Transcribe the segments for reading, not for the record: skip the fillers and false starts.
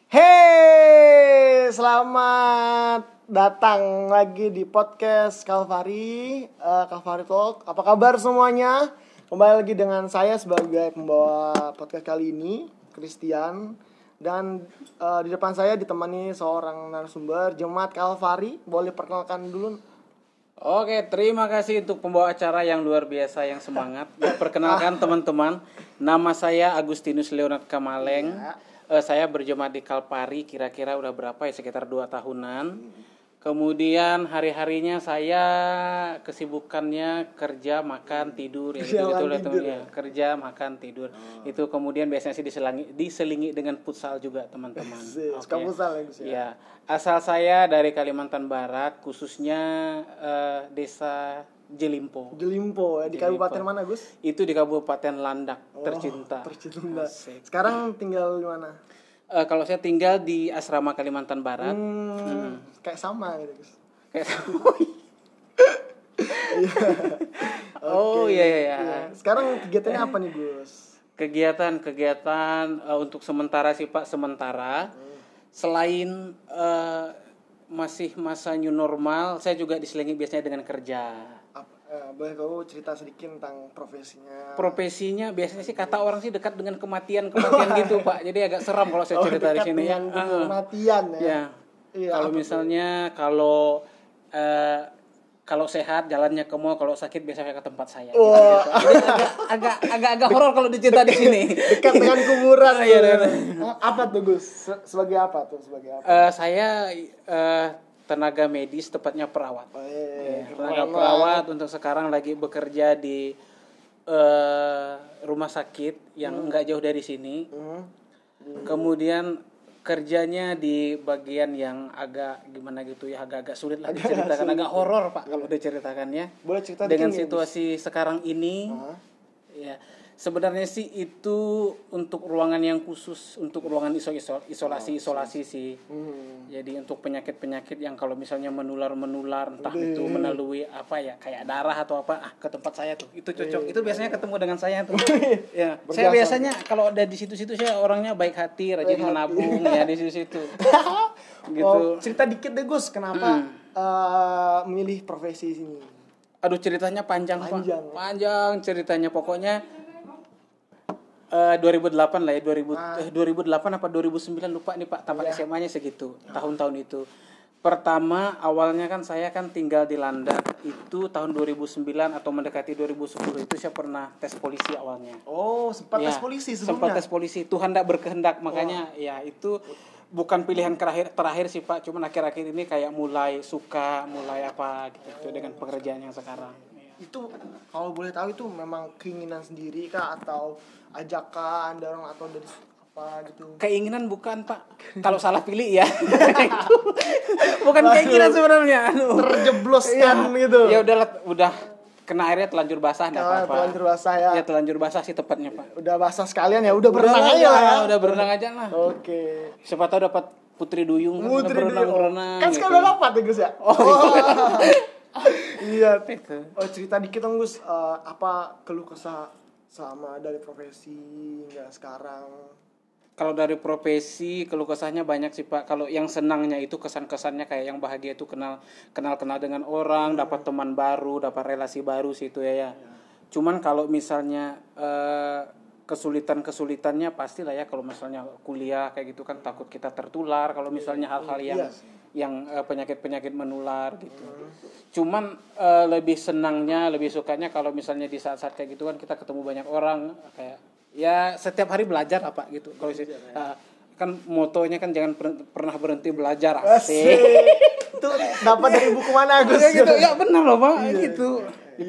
Hey, selamat datang lagi di podcast Kalvari Talk. Apa kabar semuanya? Kembali lagi dengan saya sebagai pembawa podcast kali ini, Christian. Dan di depan saya ditemani seorang narasumber, Jemaat Kalvari. Boleh perkenalkan dulu? Oke, terima kasih untuk pembawa acara yang luar biasa, yang semangat. Perkenalkan teman-teman, nama saya Agustinus Leonard Kamaleng. Saya berjemaat di Kalvari kira-kira udah berapa ya, sekitar 2 tahunan. Kemudian hari-harinya saya kesibukannya kerja, makan, tidur, ya gitu lah teman ya. Kerja, makan, tidur. Itu kemudian biasanya sih diselingi dengan futsal juga teman-teman. Suka futsal ya, Gus ya? Ya, asal saya dari Kalimantan Barat, khususnya desa Jelimpo. Jelimpo ya, di Kabupaten mana, Gus? Itu di Kabupaten Landak, tercinta. Asik. Sekarang tinggal di mana? Kalau saya tinggal di asrama Kalimantan Barat. Kayak sama gitu, Gus. Kayak Oke. Iya. Sekarang kegiatannya apa nih, Gus? Kegiatan untuk sementara sih Pak, sementara. Selain masih masa new normal, saya juga diselingi biasanya dengan kerja. Boleh kamu cerita sedikit tentang profesinya? Profesinya biasanya sih kata orang sih dekat dengan kematian gitu Pak. Jadi agak seram kalau saya cerita di sini ya. Kematian ya. Ya. Iya, kalau misalnya kalau sehat jalannya ke mall, kalau sakit biasanya ke tempat saya. Gitu. Jadi agak horor kalau dicerita di sini. Dekat dengan kuburan. Iya. Apa tuh, Gus? Sebagai apa? Saya tenaga medis, tepatnya perawat. Tenaga Keren perawat untuk sekarang lagi bekerja di rumah sakit yang enggak jauh dari sini. Kemudian kerjanya di bagian yang agak gimana gitu ya, agak sulit lah diceritakan, agak horor Pak kalau diceritakan ya. Boleh cerita dengan dikit, situasi sekarang ini. Ya, sebenarnya sih itu untuk ruangan yang khusus, untuk ruangan isolasi sih. Jadi untuk penyakit yang kalau misalnya menular entah itu melalui apa ya, kayak darah atau apa, ke tempat saya tuh. Itu cocok. Itu biasanya ketemu dengan saya tuh. Ya, saya biasanya kalau ada di situ-situ saya orangnya baik hati, rajin menabung ya di situ. Gitu. Cerita dikit deh, Gus, kenapa memilih profesi sini? Aduh, ceritanya panjang. Pak. Panjang ceritanya, pokoknya 2008 lah ya, 2008 apa 2009 lupa nih Pak, tamat SMA-nya segitu, tahun-tahun itu. Pertama awalnya kan saya kan tinggal di Landak itu tahun 2009 atau mendekati 2010 itu saya pernah tes polisi awalnya. Sempat tes polisi sebelumnya. Sempat tes polisi, Tuhan tidak berkehendak makanya ya itu bukan pilihan terakhir sih Pak, cuman akhir-akhir ini kayak mulai suka, mulai apa gitu dengan pekerjaan yang sekarang. Itu kalau boleh tahu itu memang keinginan sendiri kah atau ajakan dorong atau dari apa gitu? Keinginan bukan Pak, kalau salah pilih ya. Bukan keinginan sebenarnya. Terjebloskan gitu. Ya udah kena airnya telanjur basah enggak apa-apa. Telanjur basah ya. Ya telanjur basah sih tepatnya Pak. Udah basah sekalian ya, udah berenang aja lah ya. Udah berenang aja lah. Oke. Siapa tahu dapat putri duyung kan, berenang. Kan sekarang udah dapat ya Gus ya? Iya. Cerita dikit dong Gus, apa keluh kesah selama dari profesi hingga sekarang? Kalau dari profesi keluh kesahnya banyak sih Pak. Kalau yang senangnya itu kesan-kesannya kayak yang bahagia itu kenal dengan orang, dapat teman baru, dapat relasi baru sih itu ya. Cuman kalau misalnya kesulitannya pastilah ya, kalau misalnya kuliah kayak gitu kan takut kita tertular kalau misalnya hal-hal yang penyakit menular gitu. Cuman lebih sukanya kalau misalnya di saat-saat kayak gitu kan kita ketemu banyak orang, kayak ya setiap hari belajar apa gitu. Kalau kan motonya kan jangan pernah berhenti belajar. Asik. Itu dapat dari buku mana Gus? Gitu. Ya benar loh Pak, gitu. Itu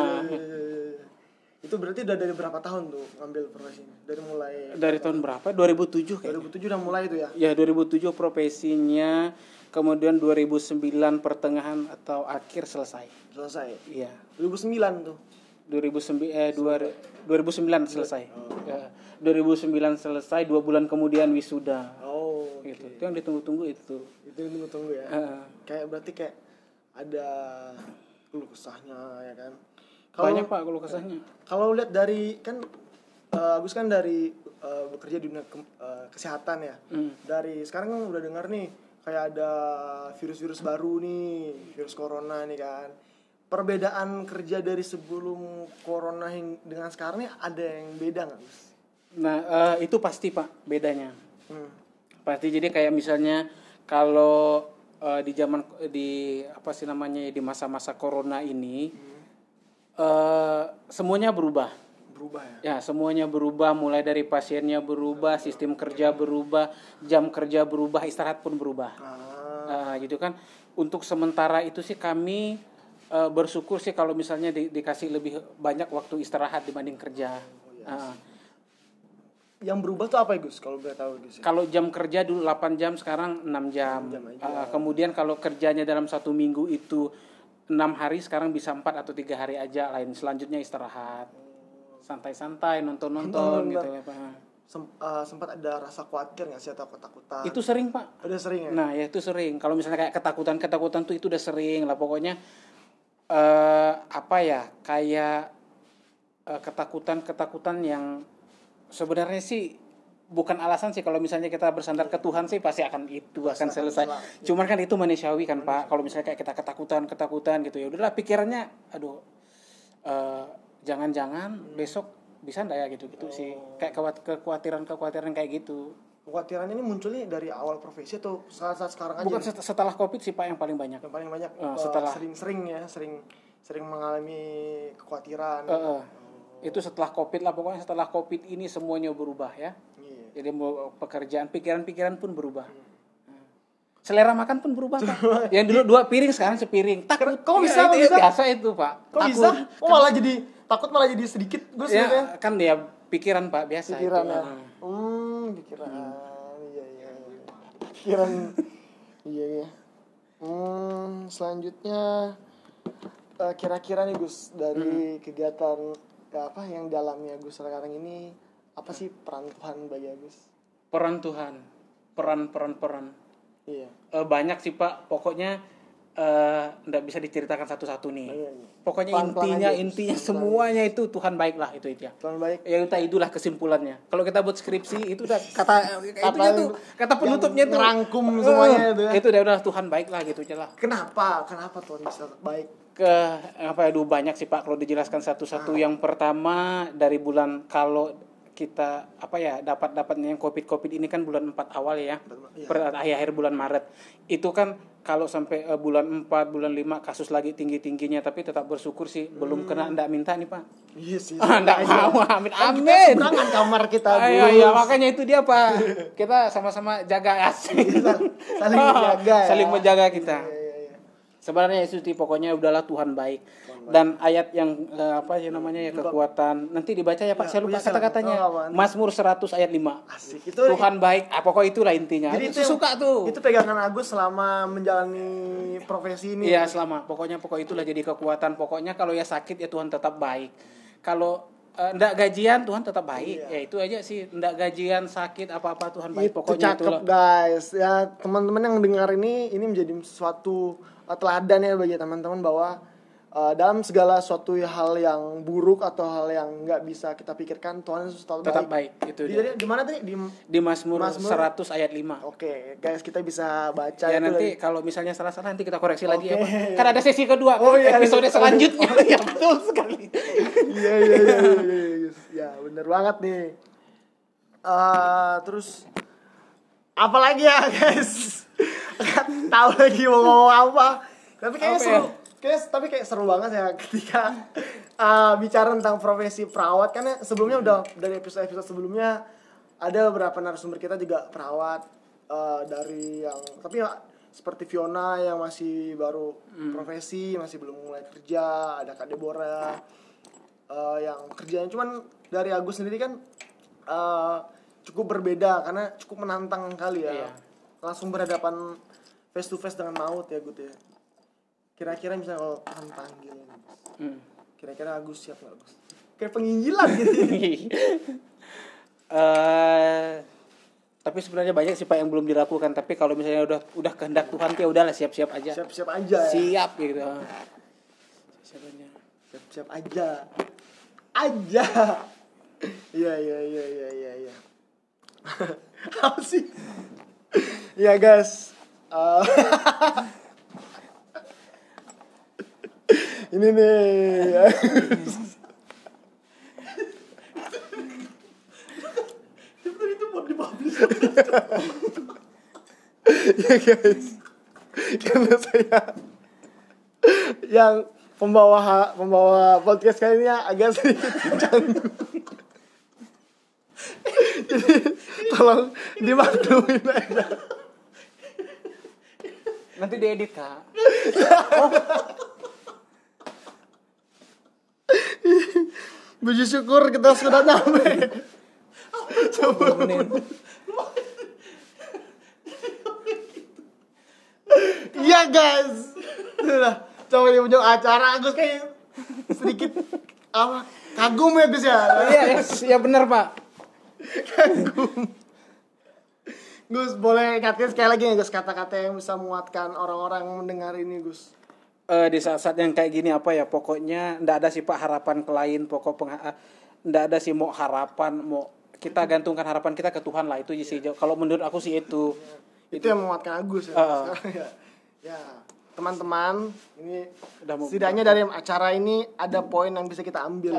Itu berarti udah dari berapa tahun tuh ngambil profesi ini? Dari tahun berapa? 2007 kayaknya. 2007 udah mulai itu ya? Ya 2007 profesinya, kemudian 2009 pertengahan atau akhir selesai. Iya. 2009 tuh. 2009 selesai. Ya, 2009 selesai, 2 bulan kemudian wisuda. Gitu. Itu yang ditunggu-tunggu itu. Itu yang ditunggu ya. Kayak berarti kayak ada keluh kesahnya ya kan. Banyak Pak keluh kesahnya. Kalau lihat dari kan Agus kan dari bekerja di dunia kesehatan ya. Dari sekarang kan udah dengar nih kayak ada virus-virus baru nih, virus corona nih kan. Perbedaan kerja dari sebelum corona dengan sekarang nih ada yang beda nggak, Gus? Nah, itu pasti Pak bedanya. Pasti, jadi kayak misalnya kalau di apa sih namanya, di masa-masa corona ini semuanya berubah ya, semuanya berubah, mulai dari pasiennya berubah, sistem kerja berubah, jam kerja berubah, istirahat pun berubah. Gitu kan. Untuk sementara itu sih kami bersyukur sih kalau misalnya dikasih lebih banyak waktu istirahat dibanding kerja. Yang berubah tuh apa ya, Gus? Kalau boleh tahu, Gus. Kalau jam kerja dulu 8 jam, sekarang 6 jam. Kemudian kalau kerjanya dalam 1 minggu itu 6 hari, sekarang bisa 4 atau 3 hari aja. Lain selanjutnya istirahat. Santai-santai, nonton-nonton gitu ya, Pak. Sempat ada rasa khawatir nggak sih atau ketakutan? Itu sering, Pak. Udah sering ya? Nah, ya itu sering. Kalau misalnya kayak ketakutan tuh itu udah sering lah. Pokoknya apa ya? Kayak ketakutan yang sebenarnya sih bukan alasan sih. Kalau misalnya kita bersandar ke Tuhan sih pasti akan selesai. Cuman kan itu manusiawi kan, Pak. Kalau misalnya kayak kita ketakutan gitu, ya udahlah pikirannya, aduh, jangan-jangan besok bisa enggak ya gitu sih. Kayak kekhawatiran kayak gitu. Kekhawatirannya ini munculnya dari awal profesi atau saat sekarang aja? Bukan setelah Covid sih, Pak, yang paling banyak. Yang paling banyak setelah sering mengalami kekhawatiran. Itu setelah Covid lah, pokoknya setelah Covid ini semuanya berubah ya. Jadi pekerjaan, pikiran pun berubah. Selera makan pun berubah, Pak. Yang dulu 2 piring sekarang sepiring. Takut. Kok bisa? Biasa itu, Pak. Kok takut. Bisa? Malah jadi takut, malah jadi sedikit, Gus, ya, gitu ya. Kan dia pikiran, Pak, biasa. Pikiran itu. Ya. Pikiran. Iya. Pikiran. Iya. Selanjutnya kira-kira nih, Gus, dari kegiatan apa yang dalamnya Gus sekarang ini, apa sih peran Tuhan bagi Agus? Peran Tuhan, peran. Iya. Banyak sih, Pak. Pokoknya nggak bisa diceritakan satu-satu nih. Pokoknya intinya semuanya itu Tuhan baik lah, itu ya. Tuhan baik. Ya itulah kesimpulannya. Kalau kita buat skripsi itu udah kata penutupnya itu ngerangkum semuanya itu ya. Itu udah Tuhan baik lah gitu aja lah. Kenapa Tuhan bisa baik? Banyak sih, Pak, kalau dijelaskan satu-satu. Yang pertama dari bulan, kalau kita dapatnya yang covid ini kan bulan 4 awal ya. Akhir bulan Maret. Itu kan kalau sampai bulan 4, bulan 5 kasus lagi tinggi-tingginya, tapi tetap bersyukur sih belum kena, enggak minta nih, Pak. Iya sih. Enggak mau, amin. Kita seberangan kamar kita dulu. Iya, makanya itu dia, Pak. Kita sama-sama jaga saling menjaga ya. Saling menjaga kita. Iya. Sebenarnya itu pokoknya udahlah Tuhan baik. Dan ayat yang kekuatan, nanti dibaca ya, Pak, saya lupa kata-katanya. Mazmur 100 ayat 5. Asik. Itu Tuhan baik. Pokoknya itulah intinya. Jadi itu suka tuh. Itu pegangan Agus selama menjalani profesi ini. Iya, pokok itulah jadi kekuatan. Pokoknya kalau ya sakit ya Tuhan tetap baik. Kalau enggak gajian Tuhan tetap baik. Ya itu aja sih. Enggak gajian, sakit, apa-apa Tuhan baik. Pokoknya itu cakep, guys. Ya, teman-teman yang dengar ini menjadi suatu teladan ya bagi teman-teman bahwa dalam segala suatu hal yang buruk atau hal yang nggak bisa kita pikirkan, Tuhan Yesus tetap baik. Itu dia. Di mana tadi? Di Mazmur 100 ayat 5. Oke, guys, kita bisa baca ya, itu nanti lagi. Kalau misalnya salah-salah nanti kita koreksi lagi ya, Pak. Kan ada sesi kedua, episode selanjutnya. Ya, betul sekali. Iya. Ya, bener banget nih. Terus apa lagi ya, guys? Tahu lagi mau ngomong apa? Tapi kayaknya seru. Kayak seru banget ya ketika bicara tentang profesi perawat. Karena sebelumnya udah dari episode sebelumnya ada beberapa narasumber kita juga perawat, dari yang tapi ya, seperti Fiona yang masih baru profesi, masih belum mulai kerja, ada Kak Deborah yang kerjanya cuman dari Agus sendiri kan cukup berbeda karena cukup menantang kali ya. Iya. Langsung berhadapan face to face dengan maut ya, Gut ya. Kira-kira misalnya kalau Tuhan panggil, kira-kira Agus siap nggak, Agus? Kayak penginjilan gitu. Tapi sebenarnya banyak sih, Pak, yang belum dilakukan. Tapi kalau misalnya udah kehendak Tuhan, ya udahlah siap-siap aja. Siap-siap aja. Ya? Siap gitu. Siap-siap aja. Iya. Apa sih? Ya guys, ini nih. Itu mau dipublish. Ya guys, karena saya yang pembawa podcast kali ini agak sedikit canggung. Jadi tolong dimaklumin aja. Nanti diedit, Kak. Puji syukur kita sudah sampai. Coba menit. Iya guys. Sudah. Coba di ujung acara Agus kayak sedikit kagum ya Gus ya. Iya benar, Pak. Kagum. Gus boleh ingatkan sekali lagi ya Gus kata-kata yang bisa menguatkan orang-orang mendengar ini Gus. Di saat-saat yang kayak gini apa ya, pokoknya ndak ada sih Pak harapan ke lain, ndak ada sih mau harapan, mau kita gantungkan harapan kita ke Tuhan lah, itu sih. Kalau menurut aku sih itu yang menguatkan Agus ya. Ya, teman-teman, ini setidaknya dari acara ini ada poin yang bisa kita ambil.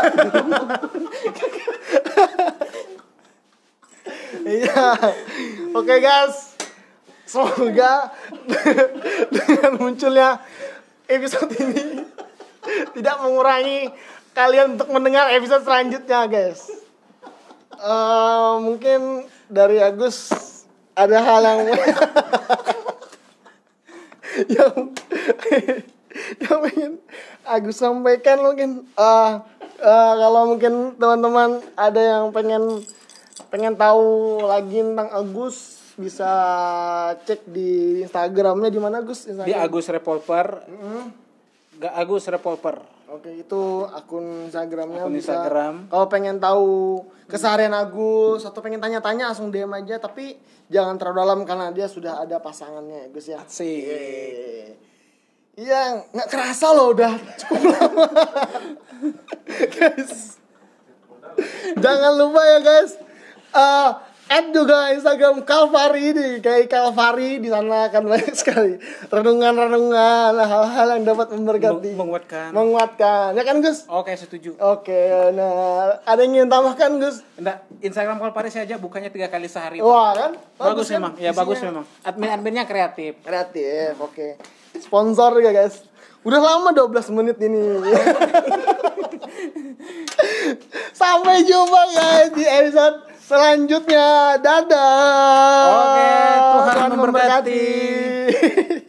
Iya. Oke guys. Semoga dengan munculnya episode ini tidak mengurangi kalian untuk mendengar episode selanjutnya, guys. Mungkin dari Agus ada hal yang ingin Agus sampaikan mungkin. Kalau mungkin teman-teman ada yang pengen tahu lagi tentang Agus, bisa cek di Instagramnya di mana Gus? Di Agus Revolver. Gak Agus Revolver. Oke, itu akun Instagramnya. Instagram. Kalau pengen tahu keseharian Agus atau pengen tanya-tanya langsung DM aja, tapi jangan terlalu dalam karena dia sudah ada pasangannya, Gus ya. Asik. Iya, nggak kerasa loh udah cukup lama. Guys, jangan lupa ya guys. Add juga Instagram Kalvari ini, kayak Kalvari di sana akan banyak sekali renungan-renungan, hal-hal yang dapat memberkati, menguatkan. Ya kan Gus? Oke, setuju. Oke, nah ada yang ingin tambahkan Gus? Enggak, Instagram Kalvari saja bukannya 3 kali sehari. Wah kan? Bagus kan? memang. Ya bagus memang. Adminnya kreatif. Oke. Sponsor juga guys. Udah lama 12 menit ini. Sampai jumpa guys di episode selanjutnya. Dadah. Oke, Tuhan memberkati.